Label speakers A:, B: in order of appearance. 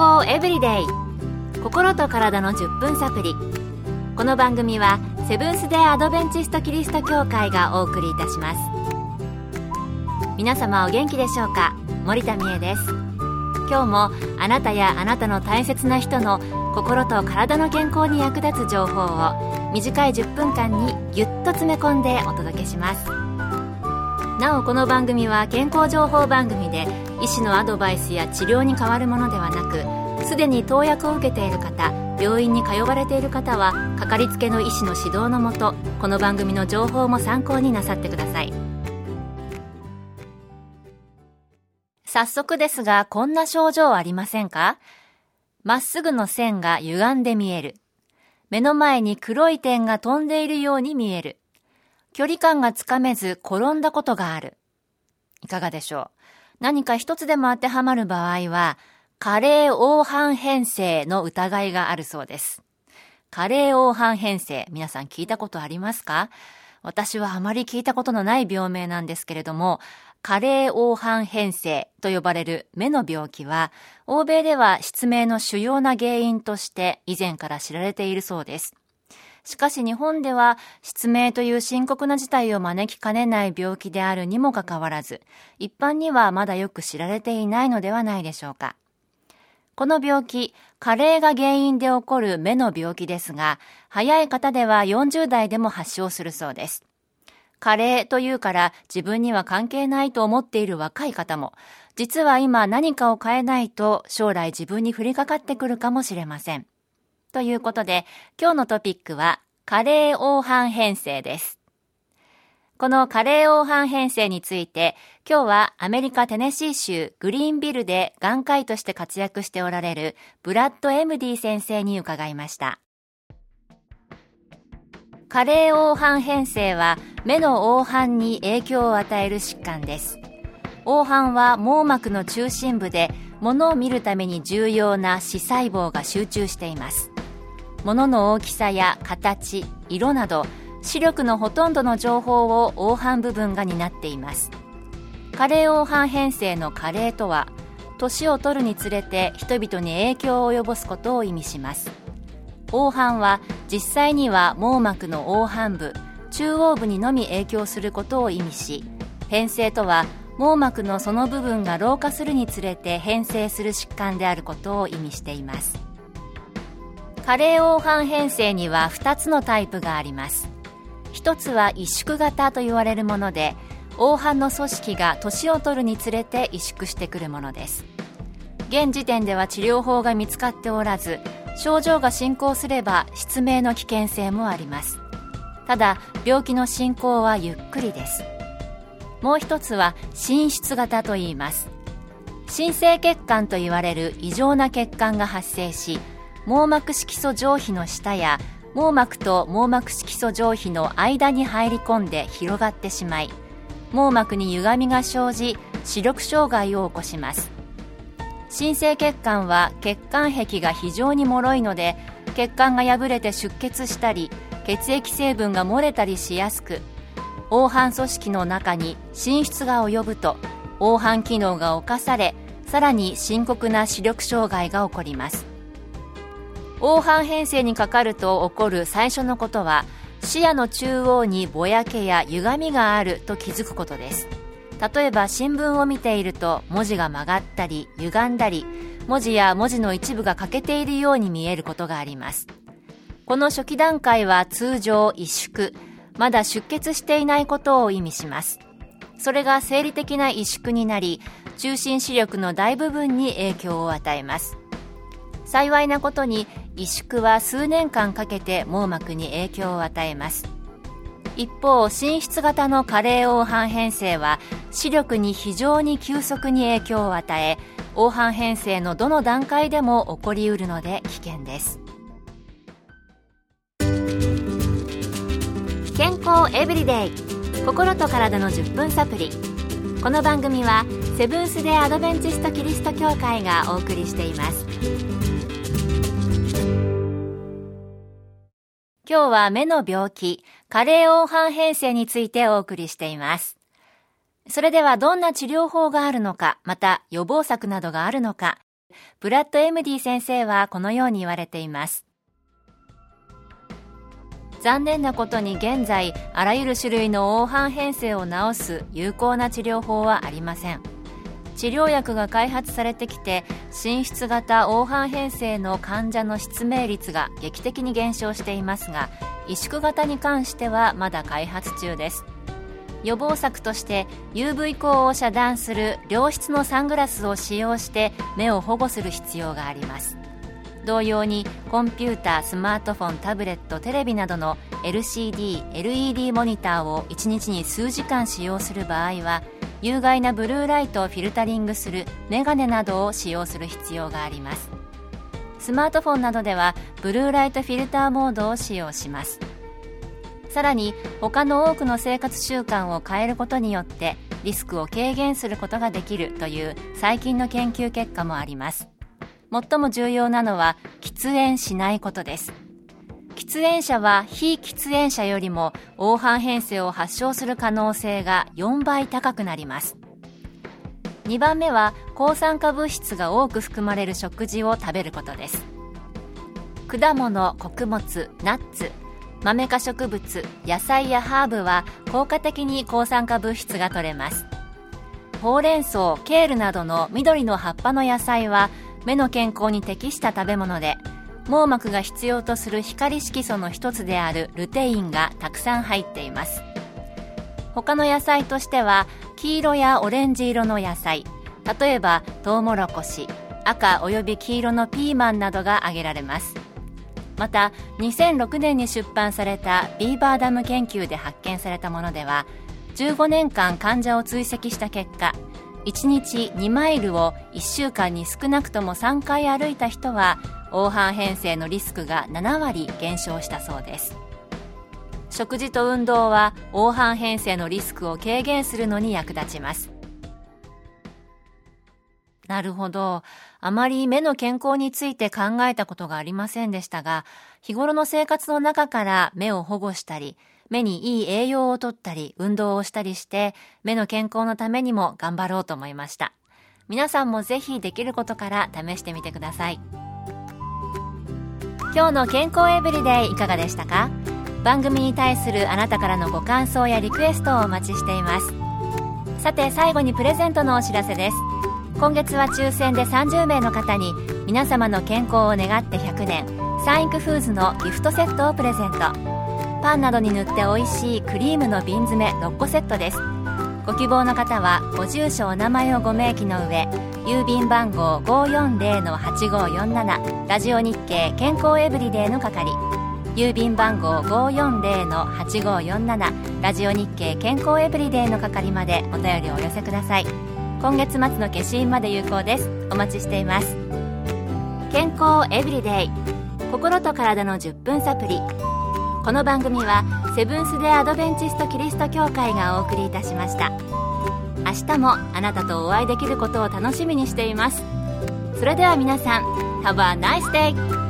A: 康エブリデイ、心と体の10分サプリ。この番組はセブンス・デー・アドベンチスト・キリスト教会がお送りいたします。皆様お元気でしょうか。森田美恵です。今日もあなたやあなたの大切な人の心と体の健康に役立つ情報を短い10分間にぎゅっと詰め込んでお届けします。なおこの番組は健康情報番組で医師のアドバイスや治療に代わるものではなく、すでに投薬を受けている方、病院に通われている方はかかりつけの医師の指導のもと、この番組の情報も参考になさってください。早速ですが、こんな症状ありませんか？まっすぐの線が歪んで見える。目の前に黒い点が飛んでいるように見える。距離感がつかめず転んだことがある。いかがでしょう？何か一つでも当てはまる場合は、加齢黄斑変性の疑いがあるそうです。加齢黄斑変性、皆さん聞いたことありますか？私はあまり聞いたことのない病名なんですけれども、加齢黄斑変性と呼ばれる目の病気は、欧米では失明の主要な原因として以前から知られているそうです。しかし日本では失明という深刻な事態を招きかねない病気であるにもかかわらず、一般にはまだよく知られていないのではないでしょうか。この病気、加齢が原因で起こる目の病気ですが、早い方では40代でも発症するそうです。加齢というから自分には関係ないと思っている若い方も、実は今何かを変えないと将来自分に降りかかってくるかもしれません。ということで、今日のトピックは加齢黄斑変性です。この加齢黄斑変性について、今日はアメリカテネシー州グリーンビルで眼科医として活躍しておられるブラッド・エムディ先生に伺いました。加齢黄斑変性は目の黄斑に影響を与える疾患です。黄斑は網膜の中心部で物を見るために重要な視細胞が集中しています。物の大きさや形、色など視力のほとんどの情報を黄斑部分が担っています。加齢黄斑変性の加齢とは、年を取るにつれて人々に影響を及ぼすことを意味します。黄斑は実際には網膜の黄斑部、中央部にのみ影響することを意味し、変性とは網膜のその部分が老化するにつれて変性する疾患であることを意味しています。加齢黄斑変性には2つのタイプがあります。一つは萎縮型と言われるもので、黄斑の組織が年を取るにつれて萎縮してくるものです。現時点では治療法が見つかっておらず、症状が進行すれば失明の危険性もあります。ただ、病気の進行はゆっくりです。もう一つは滲出型と言います。新生血管と言われる異常な血管が発生し、網膜色素上皮の下や網膜と網膜色素上皮の間に入り込んで広がってしまい、網膜に歪みが生じ視力障害を起こします。新生血管は血管壁が非常に脆いので、血管が破れて出血したり血液成分が漏れたりしやすく、黄斑組織の中に滲出が及ぶと黄斑機能が侵され、さらに深刻な視力障害が起こります。黄斑変性にかかると起こる最初のことは、視野の中央にぼやけや歪みがあると気づくことです。例えば新聞を見ていると文字が曲がったり歪んだり、文字や文字の一部が欠けているように見えることがあります。この初期段階は通常萎縮、まだ出血していないことを意味します。それが生理的な萎縮になり、中心視力の大部分に影響を与えます。幸いなことに萎縮は数年間かけて網膜に影響を与えます。一方、滲出型の加齢黄斑変性は視力に非常に急速に影響を与え、黄斑変性のどの段階でも起こりうるので危険です。健康エブリデイ、心と体の10分サプリ。この番組はセブンス・デー・アドベンチスト・キリスト教会がお送りしています。今日は目の病気、加齢黄斑変性についてお送りしています。それではどんな治療法があるのか、また予防策などがあるのか、 ブラッド・エムディ先生はこのように言われています。残念なことに現在、あらゆる種類の黄斑変性を治す有効な治療法はありません。治療薬が開発されてきて、滲出型黄斑変性の患者の失明率が劇的に減少していますが、萎縮型に関してはまだ開発中です。予防策として UV 光を遮断する良質のサングラスを使用して目を保護する必要があります。同様にコンピューター、スマートフォン、タブレット、テレビなどの LCD、LED モニターを1日に数時間使用する場合は、有害なブルーライトをフィルタリングするメガネなどを使用する必要があります。スマートフォンなどではブルーライトフィルターモードを使用します。さらに他の多くの生活習慣を変えることによってリスクを軽減することができるという最近の研究結果もあります。最も重要なのは喫煙しないことです。喫煙者は非喫煙者よりも黄斑変性を発症する可能性が4倍高くなります。2番目は抗酸化物質が多く含まれる食事を食べることです。果物、穀物、ナッツ、豆科植物、野菜やハーブは効果的に抗酸化物質が取れます。ほうれん草、ケールなどの緑の葉っぱの野菜は目の健康に適した食べ物で、網膜が必要とする光色素の一つであるルテインがたくさん入っています。他の野菜としては黄色やオレンジ色の野菜、例えばトウモロコシ、赤および黄色のピーマンなどが挙げられます。また2006年に出版されたビーバーダム研究で発見されたものでは、15年間患者を追跡した結果、1日2マイルを1週間に少なくとも3回歩いた人は黄斑変性のリスクが7割減少したそうです。食事と運動は黄斑変性のリスクを軽減するのに役立ちます。なるほど。あまり目の健康について考えたことがありませんでしたが、日頃の生活の中から目を保護したり、目にいい栄養をとったり、運動をしたりして、目の健康のためにも頑張ろうと思いました。皆さんもぜひできることから試してみてください。今日の健康エブリデイいかがでしたか？番組に対するあなたからのご感想やリクエストをお待ちしています。さて最後にプレゼントのお知らせです。今月は抽選で30名の方に皆様の健康を願って100年サンイクフーズのギフトセットをプレゼント。パンなどに塗って美味しいクリームの瓶詰め6個セットです。ご希望の方はご住所お名前をご明記の上、郵便番号 540-8547 ラジオ日経健康エブリデイの係、郵便番号 540-8547 ラジオ日経健康エブリデイの係までお便りをお寄せください。今月末の消印まで有効です。お待ちしています。健康エブリデイ、心と体の10分サプリ。この番組はセブンス・デ・アドベンチスト・キリスト教会がお送りいたしました。明日もあなたとお会いできることを楽しみにしています。それでは皆さん、Have a nice day!